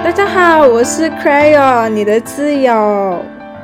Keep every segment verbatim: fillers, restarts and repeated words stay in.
大家好，我是 Crayon， 你的挚友。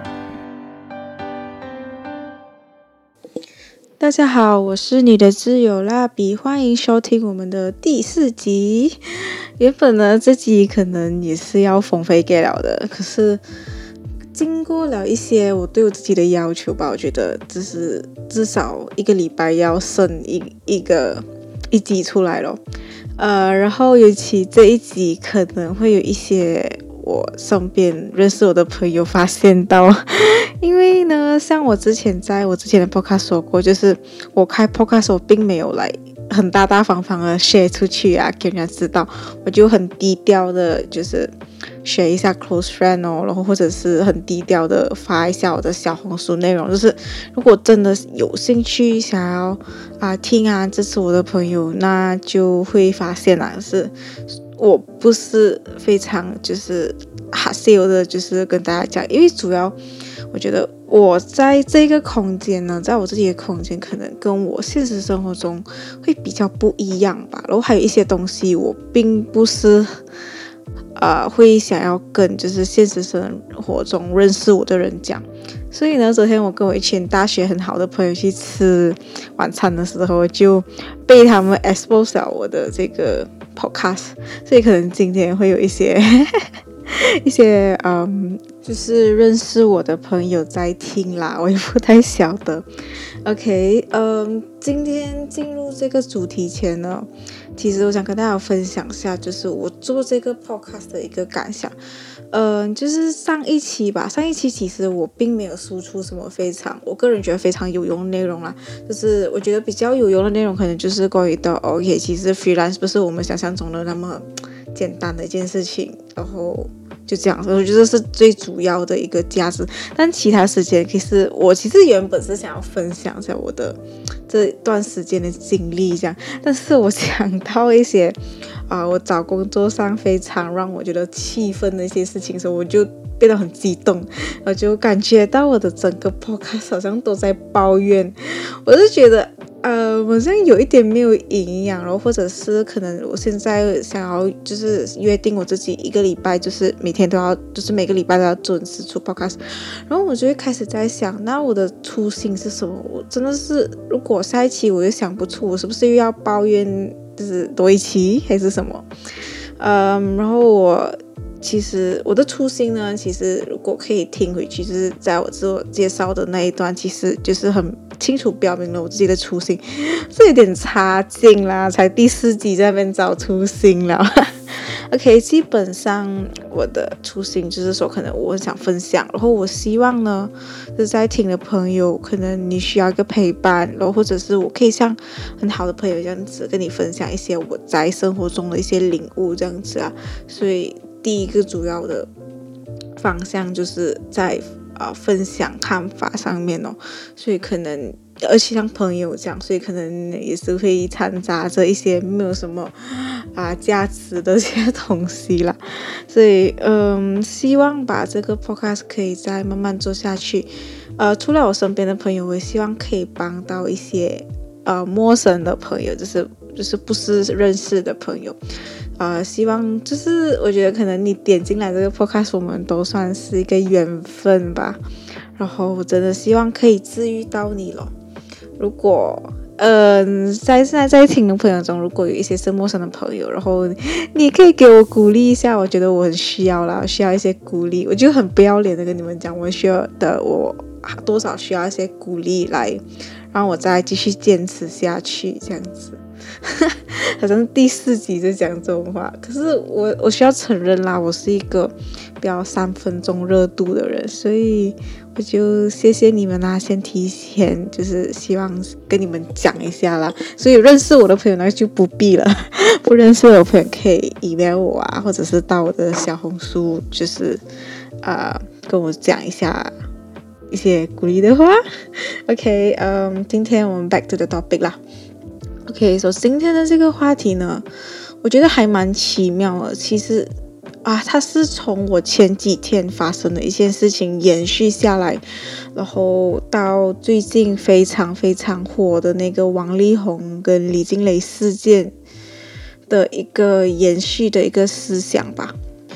大家好，我是你的挚友蜡笔，欢迎收听我们的第四集。原本呢，这集可能也是要封飞给了的，可是经过了一些我对我自己的要求吧，我觉得就是至少一个礼拜要生一一个一集出来咯。呃，然后尤其这一集可能会有一些我身边认识我的朋友发现到，因为呢，像我之前在我之前的 podcast 说过，就是我开 podcast 我并没有来很大大方方的 share 出去啊，给人家知道，我就很低调的，就是share一下 close friend 哦，然后或者是很低调的发一下我的小红书内容，就是如果真的有兴趣想要啊、呃、听啊支持我的朋友，那就会发现啊，是我不是非常就是 hard sell 的，就是跟大家讲，因为主要我觉得我在这个空间呢，在我自己的空间可能跟我现实生活中会比较不一样吧，然后还有一些东西我并不是呃，会想要跟就是现实生活中认识我的人讲，所以呢，昨天我跟我一群大学很好的朋友去吃晚餐的时候，就被他们 expose 了我的这个 podcast， 所以可能今天会有一些一些嗯，就是认识我的朋友在听啦，我也不太晓得。OK， 嗯，今天进入这个主题前呢，其实我想跟大家分享一下，就是我做这个 podcast 的一个感想。嗯，就是上一期吧，上一期其实我并没有输出什么非常，我个人觉得非常有用的内容啦。就是我觉得比较有用的内容，可能就是关于到 OK， 其实 freelance 不是我们想象中的那么简单的一件事情，然后就这样，我觉得这是最主要的一个价值。但其他时间，其实我其实原本是想要分享一下我的这段时间的经历，这样，但是我想到一些啊、呃，我找工作上非常让我觉得气愤的一些事情的时候，我就变得很激动，我就感觉到我的整个 podcast 好像都在抱怨，我就觉得。呃，好像有一点没有营养，然后或者是可能我现在想要就是约定我自己一个礼拜，就是每天都要，就是每个礼拜都要准时出 podcast， 然后我就会开始在想，那我的初心是什么？我真的是，如果下一期我又想不出，我是不是又要抱怨，就是多一期还是什么？嗯，然后我。其实我的初心呢，其实如果可以听回去，就是在我自我介绍的那一段，其实就是很清楚表明了我自己的初心，是有点差劲啦，才第四集在那边找初心了。OK， 基本上我的初心就是说，可能我很想分享，然后我希望呢，就是在听的朋友，可能你需要一个陪伴，然后或者是我可以像很好的朋友这样子跟你分享一些我在生活中的一些领悟这样子啊，所以。第一个主要的方向就是在啊、呃、分享看法上面哦，所以可能而且像朋友这样，所以可能也是会掺杂着一些没有什么啊价值的一些东西啦，所以嗯，希望把这个 podcast 可以再慢慢做下去。呃，除了我身边的朋友，我也希望可以帮到一些呃陌生的朋友，就是就是不是认识的朋友。呃，希望就是我觉得可能你点进来这个 podcast， 我们都算是一个缘分吧。然后我真的希望可以治愈到你咯。如果嗯、呃，在现在在听的朋友中，如果有一些是陌生的朋友，然后你可以给我鼓励一下，我觉得我很需要啦，我需要一些鼓励。我就很不要脸的跟你们讲，我需要的我多少需要一些鼓励来让我再继续坚持下去，这样子。好像第四集就讲这种话，可是我我需要承认啦，我是一个比较三分钟热度的人，所以我就谢谢你们啦，先提前就是希望跟你们讲一下啦。所以认识我的朋友呢就不必了，不认识我的朋友可以 email 我啊，或者是到我的小红书，就是呃跟我讲一下一些鼓励的话。OK， 嗯，今天我们 back to the topic 啦。OK， 所以今天的这个话题呢，我觉得还蛮奇妙的。其实啊，它是从我前几天发生的一件事情延续下来，然后到最近非常非常火的那个王力宏跟李静蕾事件的一个延续的一个思想吧。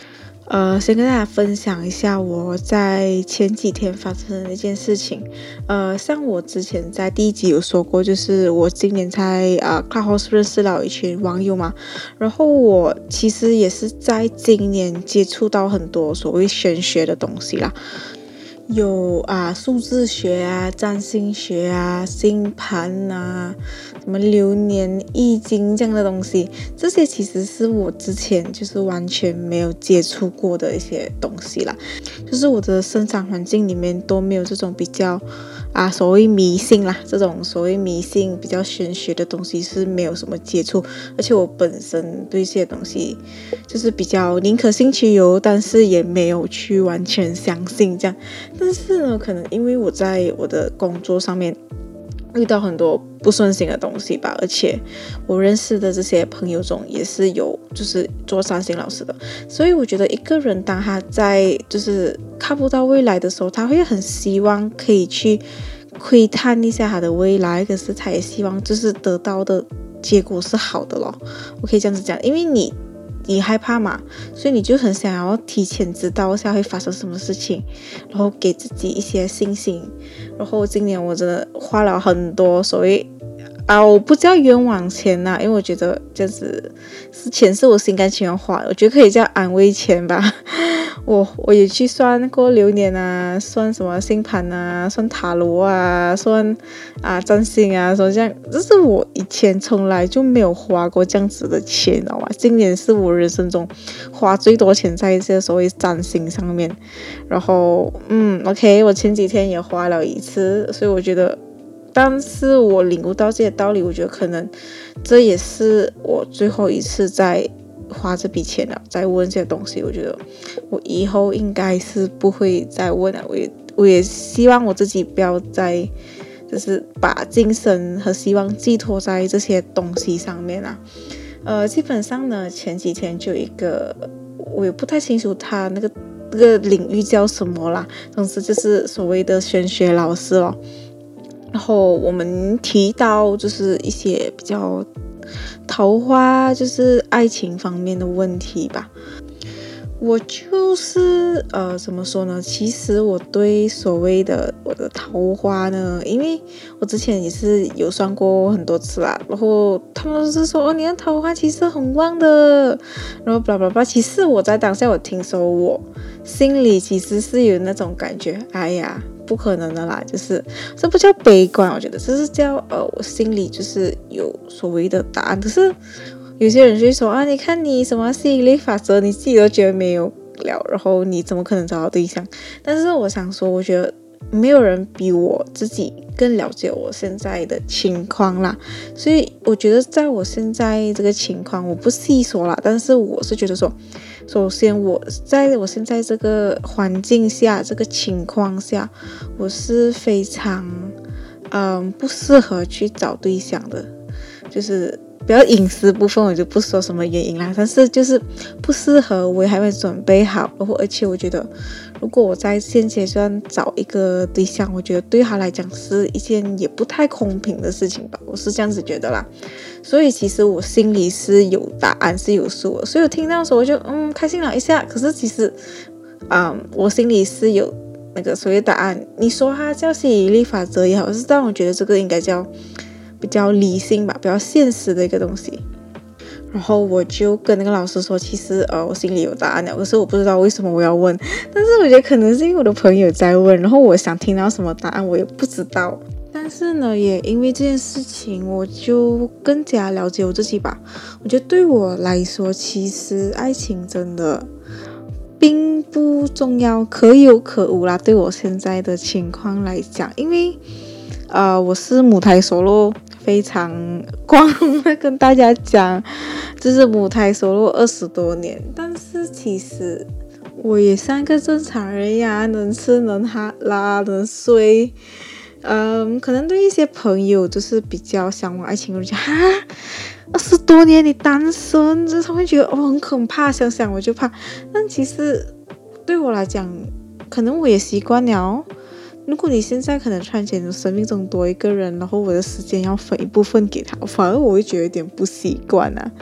呃，先跟大家分享一下我在前几天发生的一件事情。呃，像我之前在第一集有说过，就是我今年才啊 Clubhouse 认识到一群网友嘛，然后我其实也是在今年接触到很多所谓玄学的东西啦。有啊，数字学啊，占星学啊，星盘啊，什么流年、易经这样的东西，这些其实是我之前就是完全没有接触过的一些东西啦。就是我的生长环境里面都没有这种比较啊所谓迷信啦，这种所谓迷信比较玄学的东西是没有什么接触，而且我本身对这些东西就是比较宁可信其有，但是也没有去完全相信这样。但是呢，可能因为我在我的工作上面遇到很多不顺心的东西吧，而且我认识的这些朋友中也是有就是做占星老师的，所以我觉得一个人当他在就是看不到未来的时候，他会很希望可以去窥探一下他的未来，可是他也希望就是得到的结果是好的咯。我可以这样子讲，因为你你害怕嘛，所以你就很想要提前知道一下会发生什么事情，然后给自己一些信心。然后今年我真的花了很多所谓啊，我不叫冤枉钱呐、啊，因为我觉得这样子是钱是我心甘情愿花的，我觉得可以叫安慰钱吧。我我也去算过流年啊，算什么星盘啊，算塔罗啊，算啊占星啊，说这样，这是我以前从来就没有花过这样子的钱，你知道吗？今年是我人生中花最多钱在一些所谓占星上面。然后嗯 OK， 我前几天也花了一次，所以我觉得，但是我领悟到这些道理，我觉得可能这也是我最后一次在花这笔钱了，再问这些东西，我觉得我以后应该是不会再问了。我也我也希望我自己不要再就是把精神和希望寄托在这些东西上面啊。呃，基本上呢，前几天就有一个，我也不太清楚他那个那个领域叫什么啦，总之就是所谓的玄学老师咯。然后我们提到就是一些比较桃花，就是爱情方面的问题吧。我就是呃怎么说呢，其实我对所谓的我的桃花呢，因为我之前也是有算过很多次啦，然后他们都是说哦，你的桃花其实很旺的，然后 blah blah blah。其实我在当下我听说，我心里其实是有那种感觉，哎呀不可能的啦，就是这不叫悲观，我觉得这是叫呃我心里就是有所谓的答案。可是有些人就会说啊，你看你什么吸引力法则，你自己都觉得没有了，然后你怎么可能找到对象？但是我想说，我觉得没有人比我自己更了解我现在的情况啦，所以我觉得在我现在这个情况，我不细说啦，但是我是觉得说，首先我在我现在这个环境下，这个情况下，我是非常嗯不适合去找对象的，就是比较隐私部分我就不说什么原因啦，但是就是不适合，我也还没准备好，然后而且我觉得如果我在现阶段找一个对象，我觉得对他来讲是一件也不太公平的事情吧，我是这样子觉得啦。所以其实我心里是有答案，是有数的，所以我听到的时候我就嗯开心了一下，可是其实嗯我心里是有那个所谓答案。你说它叫吸引力法则也好，是但我觉得这个应该叫比较理性吧，比较现实的一个东西。然后我就跟那个老师说，其实呃我心里有答案了，可是我不知道为什么我要问，但是我觉得可能是因为我的朋友在问，然后我想听到什么答案我也不知道。但是呢，也因为这件事情，我就更加了解我自己吧。我觉得对我来说，其实爱情真的并不重要，可有可无啦。对我现在的情况来讲，因为呃我是母胎 solo， 非常光荣的跟大家讲，就是母胎 solo 二十多年，但是其实我也像个正常人呀，能吃能喝拉能睡。嗯，可能对一些朋友就是比较向往爱情的人讲哈，二十多年你单身，就是他会觉得哦很可怕，想想我就怕。但其实对我来讲，可能我也习惯了。如果你现在可能突然间生命中多一个人，然后我的时间要分一部分给他，反而我会觉得有点不习惯啊。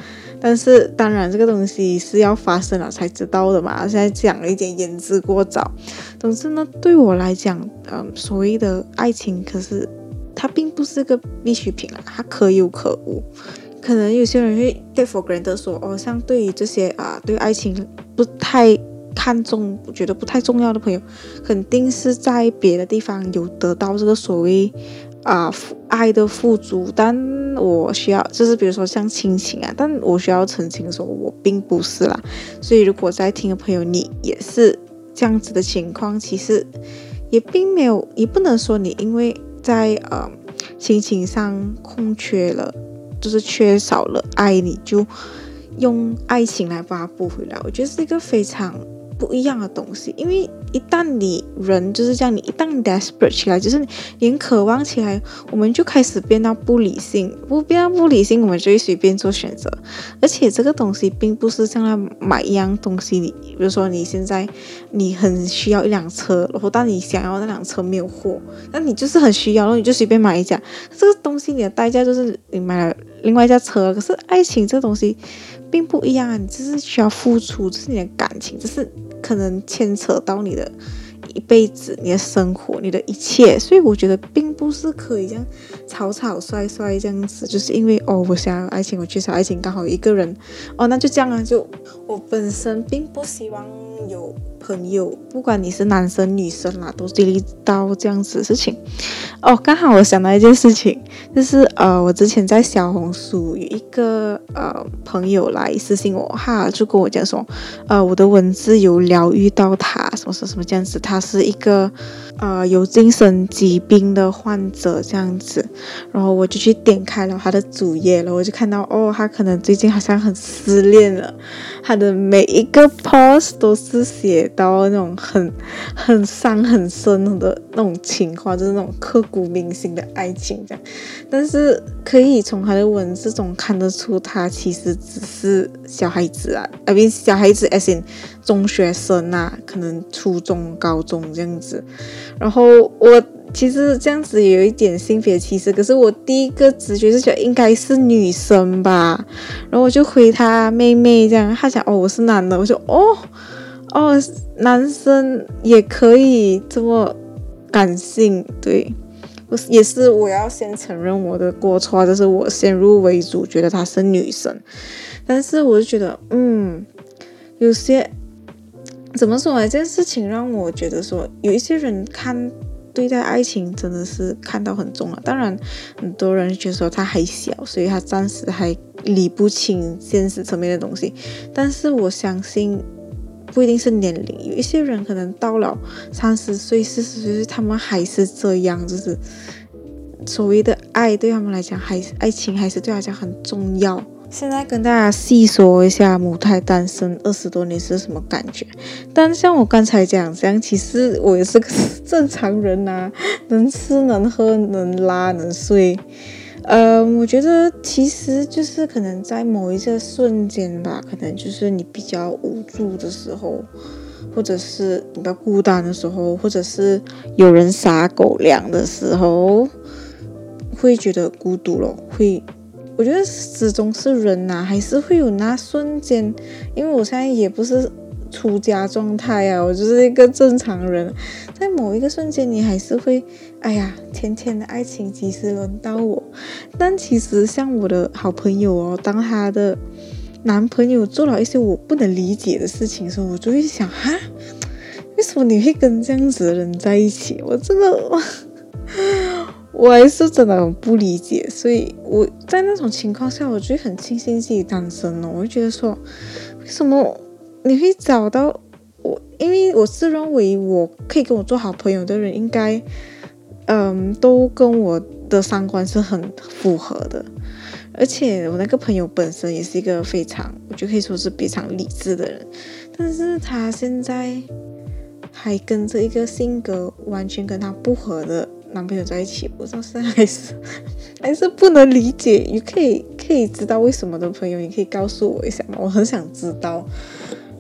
但是当然这个东西是要发生了才知道的嘛，现在讲了一点言之过早。总之呢，对我来讲，嗯，所谓的爱情，可是它并不是个必需品啊，它可有可无。可能有些人会 take for granted 说，哦，像对于这些啊，对爱情不太看重，我觉得不太重要的朋友，肯定是在别的地方有得到这个所谓啊、呃、爱的富足，但我需要就是比如说像亲情啊，但我需要澄清说，我并不是啦。所以如果在听的朋友你也是这样子的情况，其实也并没有，也不能说你因为在呃亲情上空缺了，就是缺少了爱，你就用爱情来把它补回来。我觉得是一个非常不一样的东西，因为一旦你人就是这样，你一旦 desperate 起来，就是你很渴望起来，我们就开始变到不理性，不变到不理性，我们就会随便做选择。而且这个东西并不是像在买一样东西，你比如说你现在你很需要一辆车，然后但你想要那辆车没有货，那你就是很需要，然后你就随便买一架，这个东西你的代价就是你买了另外一架车。可是爱情这个东西并不一样啊，你就是需要付出，这是你的感情，这是可能牵扯到你的一辈子，你的生活，你的一切。所以我觉得并不是可以这样草草率率这样子，就是因为哦我想要爱情，我缺少爱情，刚好有一个人哦那就这样啊。就我本身并不希望有朋友，不管你是男生女生啦，都经历到这样子的事情。哦，刚好我想到一件事情，就是呃，我之前在小红书有一个呃朋友来私信我，哈，就跟我讲说，呃，我的文字有疗愈到他，什么什么什么这样子，他是一个呃有精神疾病的患者这样子，然后我就去点开了他的主页，然后我就看到哦，他可能最近好像很失恋了，他的每一个 post 都是写到那种很很伤很深的那种情况，就是那种刻骨铭心的爱情这样。但是可以从他的文字中看得出，他其实只是小孩子啊，I mean 小孩子 as in 中学生啊，可能初中高中这样子。然后我其实这样子也有一点性别歧视，可是我第一个直觉是觉得应该是女生吧，然后我就回他妹妹这样，他讲哦我是男的，我就哦哦男生也可以这么感性，对，也是我要先承认我的过错，就是我先入为主觉得她是女生。但是我就觉得嗯有些怎么说呢，这件事情让我觉得说有一些人看对待爱情真的是看到很重了。当然很多人觉得说他还小，所以他暂时还理不清现实层面的东西，但是我相信不一定是年龄，有一些人可能到了三十岁四十岁他们还是这样，就是所谓的爱对他们来讲还爱情还是对他来讲很重要。现在跟大家细说一下母胎单身二十多年是什么感觉。但像我刚才讲这样，其实我也是个正常人啊，能吃能喝能拉能睡。呃，我觉得其实就是可能在某一个瞬间吧，可能就是你比较无助的时候，或者是你比较孤单的时候，或者是有人撒狗粮的时候，会觉得孤独咯，会。我觉得始终是人啊，还是会有那瞬间，因为我现在也不是出家状态啊，我就是一个正常人，在某一个瞬间你还是会哎呀，甜甜的爱情几时轮到我。但其实像我的好朋友哦，当他的男朋友做了一些我不能理解的事情的时候，我就会想哈，为什么你会跟这样子的人在一起？我真的我还是真的很不理解。所以我在那种情况下，我就很庆幸自己单身哦。我就觉得说，为什么你会找到我？因为我自认为我可以跟我做好朋友的人，应该嗯都跟我的三观是很符合的。而且我那个朋友本身也是一个非常，我就可以说是非常理智的人，但是他现在还跟着一个性格完全跟他不合的男朋友在一起，我到现在还是还是不能理解。你可以可以知道为什么的朋友，你可以告诉我一下吗？我很想知道。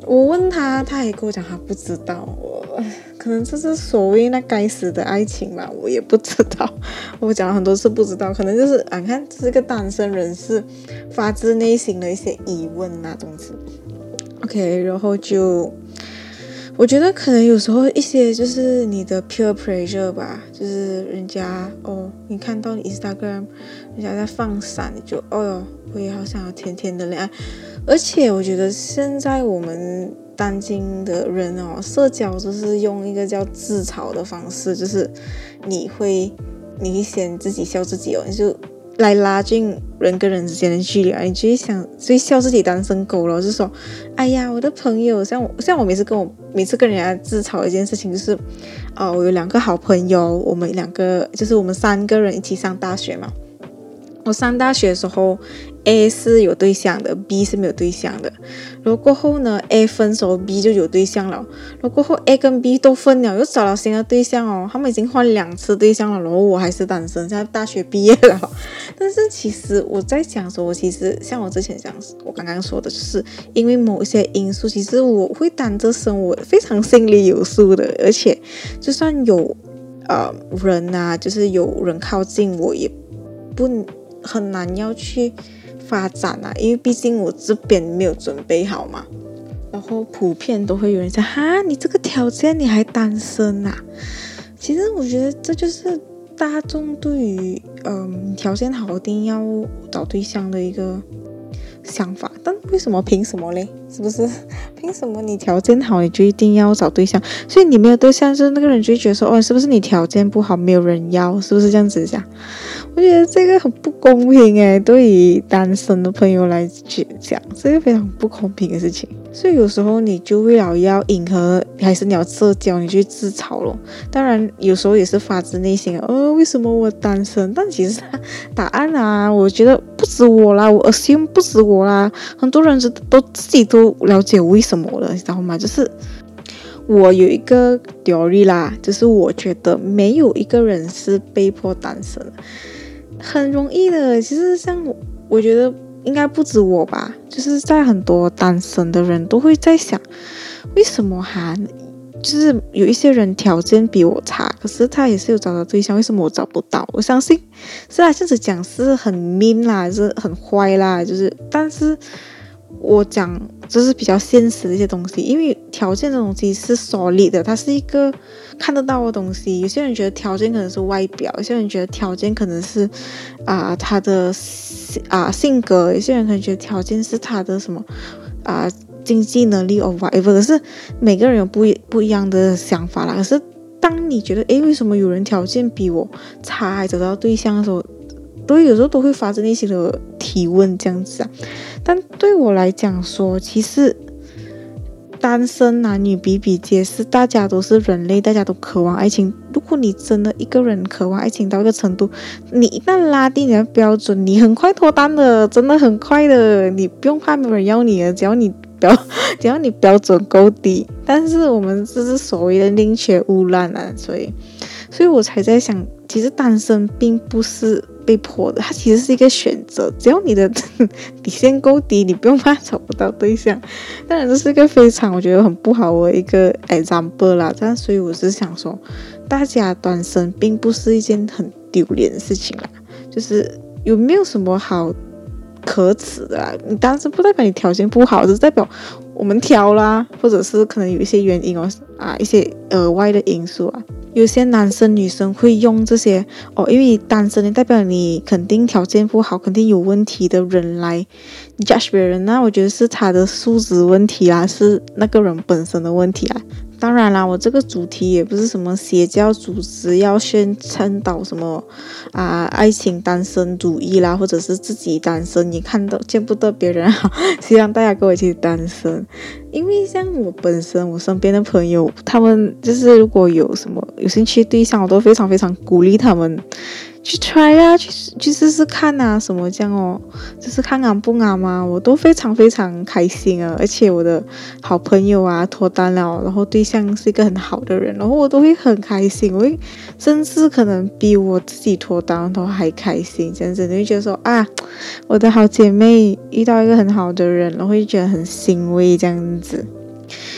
我问他，他也跟我讲他不知道，我可能这是所谓那该死的爱情吧，我也不知道。我讲了很多次不知道，可能就是啊，你看这是个单身人士发自内心的一些疑问那种子。OK， 然后就我觉得可能有时候一些就是你的 peer pressure 吧，就是人家哦，你看到你 Instagram 人家在放闪，你就哦哟，我也好想要甜甜的恋爱。而且我觉得现在我们当今的人哦，社交就是用一个叫自嘲的方式，就是你会你会先自己笑自己哦，你就来拉近人跟人之间的距离啊，你就会想就会笑自己单身狗了，就说哎呀我的朋友，像我像我每次跟我每次跟人家自嘲一件事情，就是哦我有两个好朋友，我们两个就是我们三个人一起上大学嘛。我上大学的时候 A 是有对象的， B 是没有对象的，然后过后呢 A 分手 B 就有对象了，然后过后 A 跟 B 都分了，又找了新的对象哦，他们已经换两次对象了，然后我还是单身，现在大学毕业了。但是其实我在想说，我其实像我之前讲我刚刚说的，就是因为某一些因素，其实我会单着身，我非常心里有数的，而且就算有呃人啊，就是有人靠近我，也不很难要去发展啊，因为毕竟我这边没有准备好嘛。然后普遍都会有人讲哈，你这个条件你还单身啊？其实我觉得这就是大众对于嗯条件好一定要找对象的一个想法。但为什么凭什么嘞？是不是凭什么你条件好你就一定要找对象？所以你没有对象，就是那个人就会觉得说哦，是不是你条件不好没有人要？是不是这样子讲？我觉得这个很不公平诶，对于单身的朋友来讲，这个非常不公平的事情。所以有时候你就为了要迎合，还是你要社交，你去自嘲咯。当然有时候也是发自内心的，呃，为什么我单身？但其实答案啊，我觉得不止我啦，我 assume 不止我啦，很多人都自己都了解为什么了，你知道吗？就是我有一个 theory 啦，就是我觉得没有一个人是被迫单身的。很容易的，其实像我，我觉得应该不止我吧，就是在很多单身的人都会在想，为什么哈，就是有一些人条件比我差，可是他也是有找到对象，为什么我找不到？我相信是啊，这样子讲是很 mean 啦，是很坏啦，就是，但是我讲这是比较现实的一些东西，因为条件这种东西是 solid 的，它是一个看得到的东西。有些人觉得条件可能是外表，有些人觉得条件可能是啊、呃、他的啊、呃、性格，有些人可能觉得条件是他的什么啊、呃、经济能力 or whatever。可是每个人有不一不一样的想法啦。可是当你觉得诶为什么有人条件比我差还找到对象的时候，都有时候都会发自内心的提问这样子啊。但对我来讲说，其实单身男女比比皆是，大家都是人类，大家都渴望爱情。如果你真的一个人渴望爱情到一个程度，你一旦拉低你的标准，你很快脱单的，真的很快的，你不用怕没有人要你的，只要你标只要你标准够低。但是我们这是所谓的宁缺毋滥啊，所以所以我才在想，其实单身并不是被迫的，它其实是一个选择，只要你的底线够低，你不用怕找不到对象。当然这是一个非常我觉得很不好的一个 example 啦，但所以我是想说，大家单身并不是一件很丢脸的事情啦，就是有没有什么好可耻的啦？你单身不代表你条件不好，只是代表我们挑啦，或者是可能有一些原因哦啊，一些额外的因素啊。有些男生女生会用这些哦，因为单身代表你肯定条件不好，肯定有问题的人来 judge 别人，那我觉得是他的素质问题啦，是那个人本身的问题啦。当然啦，我这个主题也不是什么邪教组织要宣称导什么啊爱情单身主义啦，或者是自己单身也看到见不得别人好，希望大家跟我一起单身。因为像我本身我身边的朋友，他们就是如果有什么有兴趣对象，我都非常非常鼓励他们去 try 啊，去去试试看啊，什么这样哦，就是看啱不啱啊，我都非常非常开心啊。而且我的好朋友啊脱单了，然后对象是一个很好的人，然后我都会很开心，我会甚至可能比我自己脱单都还开心，这样子你会觉得说啊，我的好姐妹遇到一个很好的人，然后会觉得很欣慰这样子。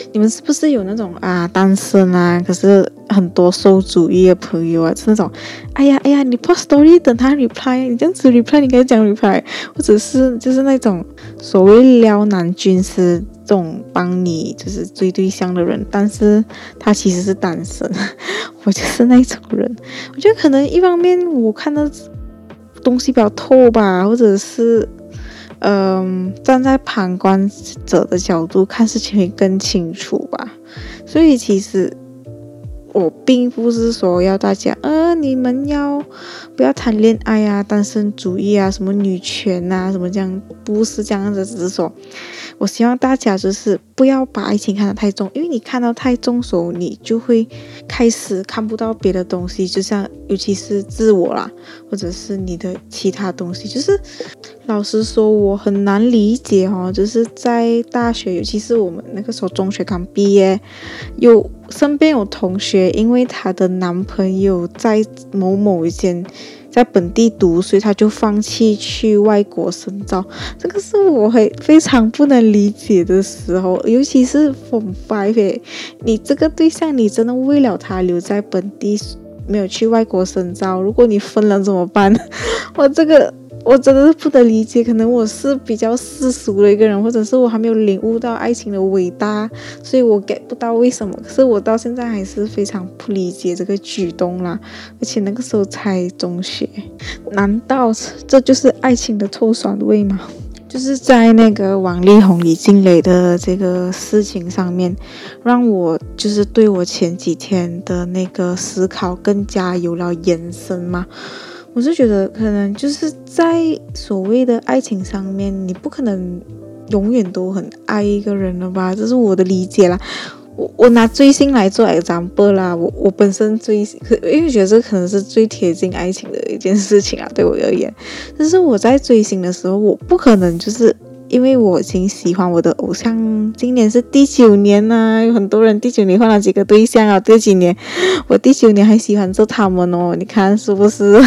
你们是不是有那种啊单身啊，可是很多受主义的朋友啊，是那种，哎呀哎呀，你 post story 等他 reply， 你这样子 reply 你应该讲 reply， 或者是就是那种所谓撩男军师这种帮你就是追对象的人，但是他其实是单身，我就是那种人。我觉得可能一方面我看到东西比较透吧，或者是嗯，站在旁观者的角度看事情会更清楚吧。所以其实我并不是说要大家呃你们要不要谈恋爱啊，单身主义啊，什么女权啊，什么这样，不是这样子，只是说我希望大家就是不要把爱情看得太重，因为你看到太重的时候，你就会开始看不到别的东西，就像尤其是自我啦，或者是你的其他东西。就是老实说，我很难理解哦，就是在大学，尤其是我们那个时候中学刚毕业，有身边有同学，因为她的男朋友在某某一间在本地读，所以他就放弃去外国深造。这个是我会非常不能理解的时候，尤其是 Form Five， 你这个对象你真的为了他留在本地，没有去外国深造，如果你分了怎么办？我这个我真的是不能理解，可能我是比较世俗的一个人，或者是我还没有领悟到爱情的伟大，所以我 get 不到为什么。可是我到现在还是非常不理解这个举动啦，而且那个时候才中学，难道这就是爱情的臭酸味吗？就是在那个王力宏、李静蕾的这个事情上面，让我就是对我前几天的那个思考更加有了延伸嘛。我是觉得可能就是在所谓的爱情上面，你不可能永远都很爱一个人了吧，这是我的理解啦。我我拿追星来做 example 啦，我我本身追星，因为觉得这可能是最贴近爱情的一件事情啊，对我而言。但是我在追星的时候，我不可能就是因为我已经喜欢我的偶像，今年是第九年啊，有很多人第九年换了几个对象啊，这几年我第九年还喜欢着他们哦，你看是不是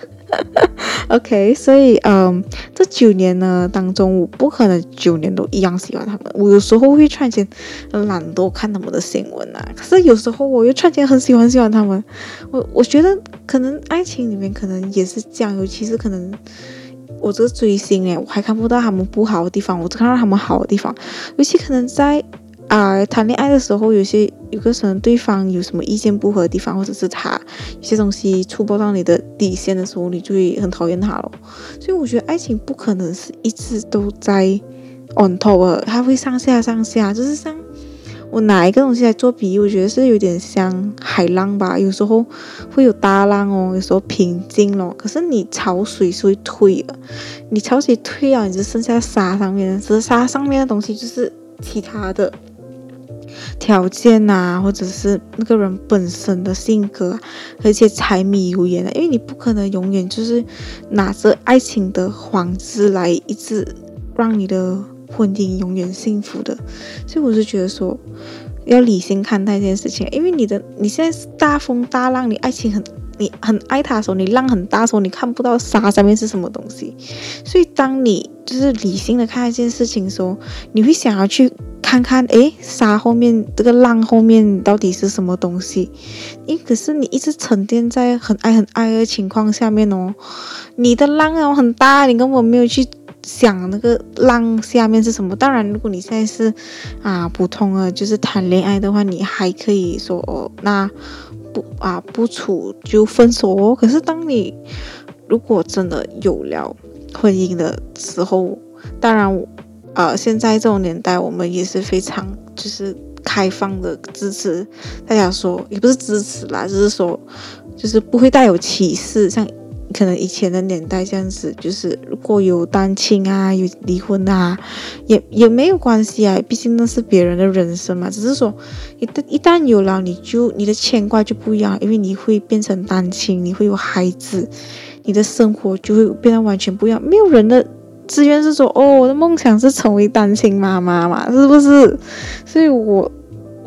？OK， 所以嗯，这九年呢当中，我不可能九年都一样喜欢他们。我有时候会突然间懒惰看他们的新闻啊，可是有时候我又突然间很喜欢喜欢他们。我我觉得可能爱情里面可能也是这样，尤其是可能我这个追星诶，我还看不到他们不好的地方，我只看到他们好的地方。尤其可能在啊、呃、谈恋爱的时候，有些有个可能对方有什么意见不合的地方，或者是他有些东西触碰到你的底线的时候，你就会很讨厌他咯。所以我觉得爱情不可能是一直都在 on top 的，它会上下上下，就是像我拿一个东西来做比喻，我觉得是有点像海浪吧，有时候会有大浪哦，有时候平静咯。可是你潮水是会退的，你潮水退了，你就剩下沙上面，只是沙上面的东西就是其他的条件啊，或者是那个人本身的性格，而且柴米油盐啊，因为你不可能永远就是拿着爱情的幌子来一直让你的婚姻永远幸福的。所以我是觉得说要理性看待这件事情，因为你的你现在是大风大浪，你爱情很你很爱他的时候，你浪很大的时候，你看不到沙上面是什么东西。所以当你就是理性的看一件事情的时候，你会想要去看看诶沙后面这个浪后面到底是什么东西。因为可是你一直沉淀在很爱很爱的情况下面哦，你的浪哦很大，你根本没有去想那个浪下面是什么。当然如果你现在是啊普通的就是谈恋爱的话，你还可以说哦那不啊不处就分手哦。可是当你如果真的有了婚姻的时候，当然呃现在这种年代我们也是非常就是开放的支持大家说，也不是支持啦，就是说就是不会带有歧视，像可能以前的年代这样子，就是如果有单亲啊有离婚啊也也没有关系啊，毕竟那是别人的人生嘛。只是说一旦一旦有了，你就你的牵挂就不一样，因为你会变成单亲，你会有孩子，你的生活就会变得完全不一样。没有人的志愿是说哦我的梦想是成为单亲妈妈嘛，是不是？所以我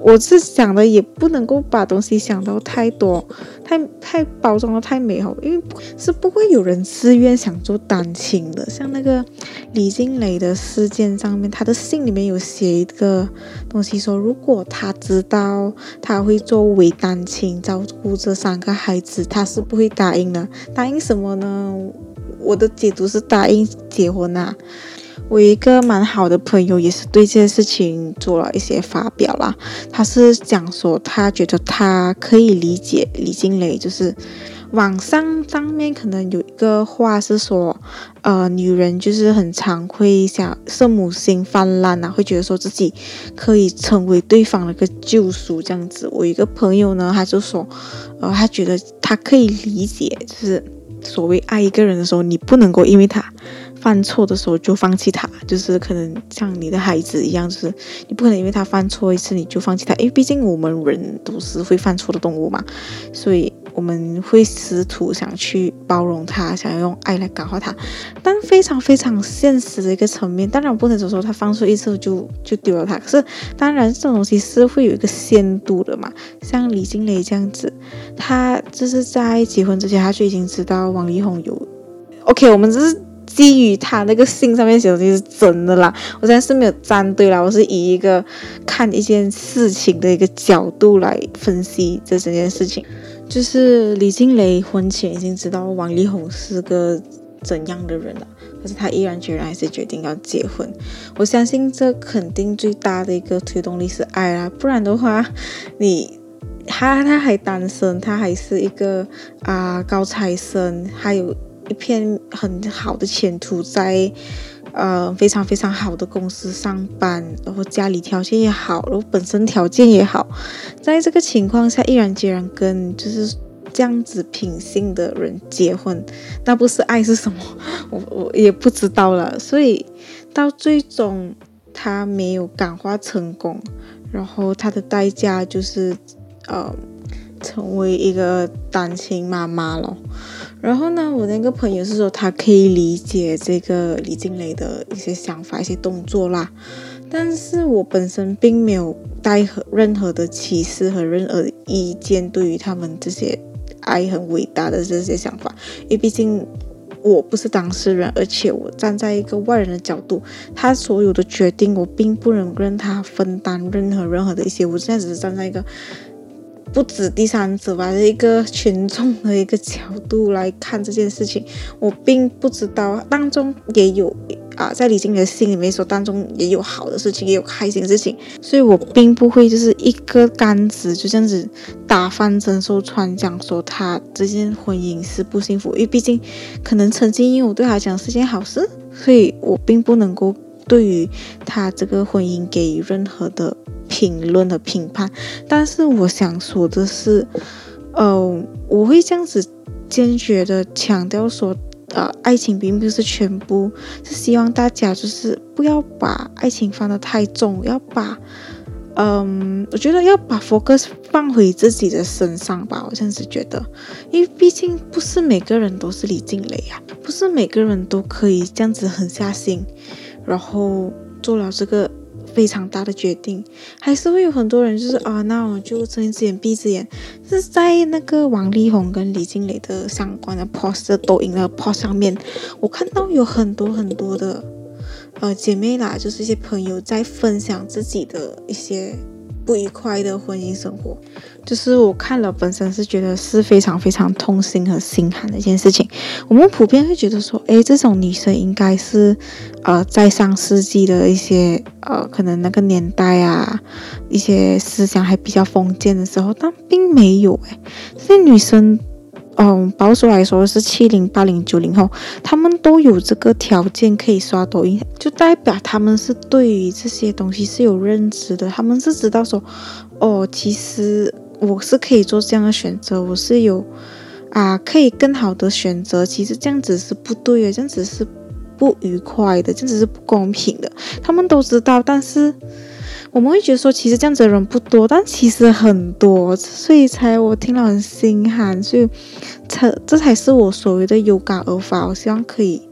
我是想的也不能够把东西想到太多，太太包装的太美好，因为是不会有人自愿想做单亲的。像那个李静蕾的事件上面，他的信里面有写一个东西说，如果他知道他会做伪单亲，照顾这三个孩子，他是不会答应的。答应什么呢？我的解读是答应结婚啊。我有一个蛮好的朋友也是对这件事情做了一些发表啦，他是讲说他觉得他可以理解李静蕾，就是网上上面可能有一个话是说呃，女人就是很常会想圣母心泛滥啊，会觉得说自己可以成为对方的一个救赎这样子。我有一个朋友呢，他就说呃，他觉得他可以理解，就是所谓爱一个人的时候，你不能够因为他犯错的时候就放弃他，就是可能像你的孩子一样，就是你不可能因为他犯错一次你就放弃他，因为毕竟我们人都是会犯错的动物嘛，所以我们会试图想去包容他，想要用爱来感化他。但非常非常现实的一个层面，当然不能说他犯错一次就就丢了他，可是当然这种东西是会有一个限度的嘛。像李静蕾这样子，他就是在结婚之前他就已经知道王力宏有 OK， 我们只是基于他那个信上面写的东西是真的啦，我现在是没有站队啦，我是以一个看一件事情的一个角度来分析这整件事情。就是李静蕾婚前已经知道王力宏是个怎样的人了，可是他毅然决然还是决定要结婚。我相信这肯定最大的一个推动力是爱啦，不然的话你他他还单身，他还是一个啊、呃、高材生，还有一片很好的前途在呃非常非常好的公司上班，然后家里条件也好，然后本身条件也好，在这个情况下毅然决然跟就是这样子品性的人结婚，那不是爱是什么？我我也不知道了。所以到最终他没有感化成功，然后他的代价就是呃成为一个单亲妈妈了。然后呢，我那个朋友是说他可以理解这个李静蕾的一些想法、一些动作啦，但是我本身并没有带任何的歧视和任何的意见对于他们这些爱很伟大的这些想法，因为毕竟我不是当事人，而且我站在一个外人的角度，他所有的决定我并不能跟他分担任何任何的一些，我现在只是站在一个不止第三者吧，一个群众的一个角度来看这件事情。我并不知道当中也有啊，在李静蕾的信里面说当中也有好的事情，也有开心的事情，所以我并不会就是一个杆子就这样子打翻整艘船，讲说他这件婚姻是不幸福，因为毕竟可能曾经因为我对他讲是件好事，所以我并不能够对于他这个婚姻给予任何的评论和评判。但是我想说的是呃，我会这样子坚决的强调说呃，爱情并不是全部，是希望大家就是不要把爱情放得太重，要把嗯，我觉得要把 focus 放回自己的身上吧，我这样子觉得。因为毕竟不是每个人都是李静蕾啊，不是每个人都可以这样子狠下心，然后做了这个非常大的决定，还是会有很多人就是啊，那我就睁一只眼闭一只眼。是在那个王力宏跟李静蕾的相关的 post 抖音的 post 上面，我看到有很多很多的呃姐妹啦，就是一些朋友在分享自己的一些不愉快的婚姻生活，就是我看了本身是觉得是非常非常痛心和心寒的一件事情。我们普遍会觉得说，诶，这种女生应该是呃在上世纪的一些呃可能那个年代啊，一些思想还比较封建的时候，但并没有诶，这些女生嗯，保守来说是七零、八零、九零后，他们都有这个条件可以刷抖音，就代表他们是对于这些东西是有认知的，他们是知道说，哦，其实我是可以做这样的选择，我是有啊可以更好的选择，其实这样子是不对的，这样子是不愉快的，这样子是不公平的，他们都知道，但是我们会觉得说其实这样子的人不多，但其实很多，所以才我听了很心寒，所以才这才是我所谓的有感而发，我希望可以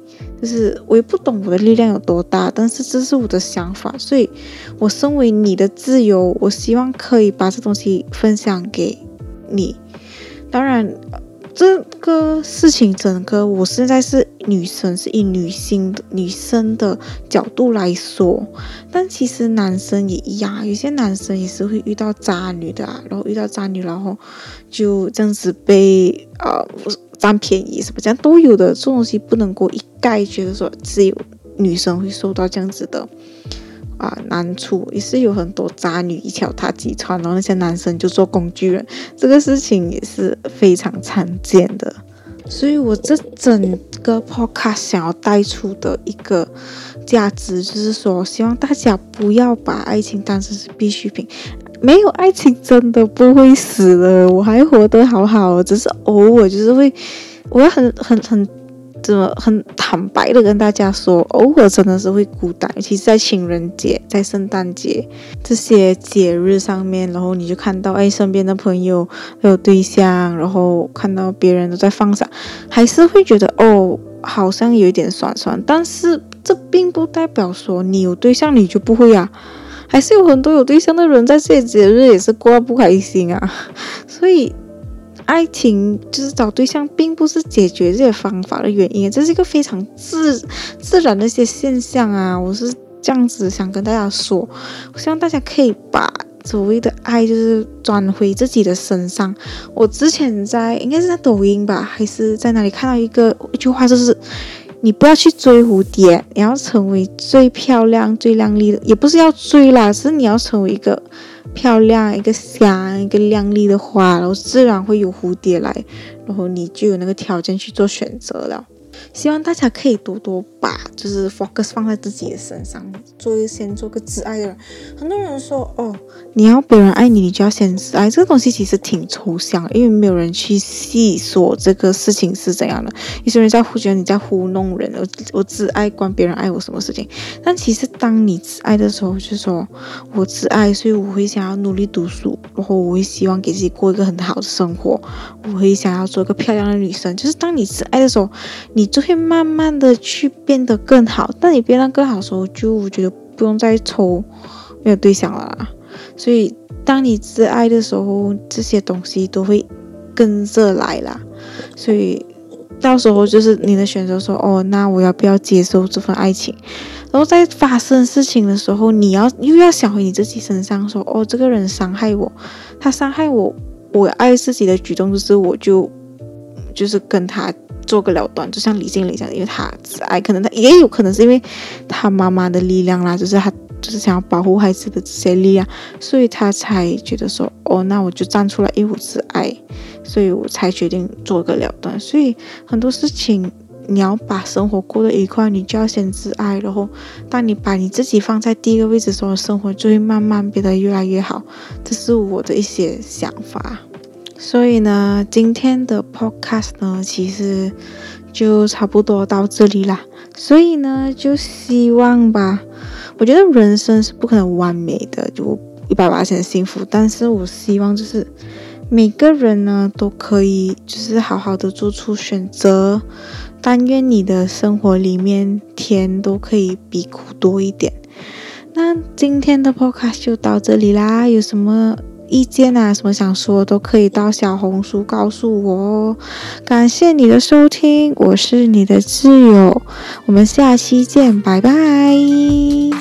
就是我也不懂我的力量有多大，但是这是我的想法，所以我身为你的自由，我希望可以把这东西分享给你。当然这个事情整个我现在是女生，是以女性的女生的角度来说，但其实男生也一样，有些男生也是会遇到渣女的、啊、然后遇到渣女然后就这样子被呃占便宜什么这样都有的，这种东西不能够一概觉得说只有女生会受到这样子的啊、呃，难处，也是有很多渣女一脚踏几船，然后那些男生就做工具人，这个事情也是非常常见的。所以我这整个 podcast 想要带出的一个价值就是说，希望大家不要把爱情当成是必需品，没有爱情真的不会死的，我还活得好好，只是偶尔就是会，我要很很很怎么很坦白的跟大家说，偶尔真的是会孤单，尤其是在情人节、在圣诞节这些节日上面，然后你就看到哎身边的朋友都有对象，然后看到别人都在放闪，还是会觉得哦好像有一点酸酸，但是这并不代表说你有对象你就不会啊，还是有很多有对象的人在这些节日也是过得不开心啊，所以爱情就是找对象并不是解决这些方法的原因，这是一个非常自自然的一些现象啊，我是这样子想跟大家说，我希望大家可以把所谓的爱就是转回自己的身上。我之前在应该是在抖音吧还是在哪里看到一个一句话，就是你不要去追蝴蝶，你要成为最漂亮最亮丽的，也不是要追啦，只是你要成为一个漂亮一个香一个亮丽的花，然后自然会有蝴蝶来，然后你就有那个条件去做选择了。希望大家可以多多把就是 focus 放在自己的身上，做一先做个自爱的人。很多人说哦，你要别人爱你，你就要先自爱，这个东西其实挺抽象的，因为没有人去细说这个事情是怎样的。有些人在觉得你在糊弄人，我我自爱关别人爱我什么事情？但其实当你自爱的时候，就说我自爱，所以我会想要努力读书，然后我会希望给自己过一个很好的生活，我会想要做一个漂亮的女生。就是当你自爱的时候，你就会慢慢的去变得更好，但你变得更好的时候，就我觉得不用再抽没有对象了啦。所以当你自爱的时候，这些东西都会跟着来啦。所以到时候就是你的选择说，哦，那我要不要接受这份爱情？然后在发生事情的时候，你要又要想回你自己身上说，哦，这个人伤害我，他伤害我，我爱自己的举动就是我就就是跟他做个了断，就像李静蕾讲的，因为他自爱，可能他也有可能是因为他妈妈的力量啦，就是他就是想要保护孩子的这些力量，所以他才觉得说，哦，那我就站出来，因为我自爱，所以我才决定做个了断。所以很多事情你要把生活过得愉快，你就要先自爱，然后当你把你自己放在第一个位置的时候，生活就会慢慢变得越来越好。这是我的一些想法。所以呢，今天的 podcast 呢，其实就差不多到这里啦。所以呢，就希望吧，我觉得人生是不可能完美的，就一百八十幸福。但是我希望就是每个人呢都可以就是好好的做出选择。但愿你的生活里面甜都可以比苦多一点。那今天的 podcast 就到这里啦，有什么意见啊，什么想说都可以到小红书告诉我哦。感谢你的收听，我是你的挚友，我们下期见，拜拜。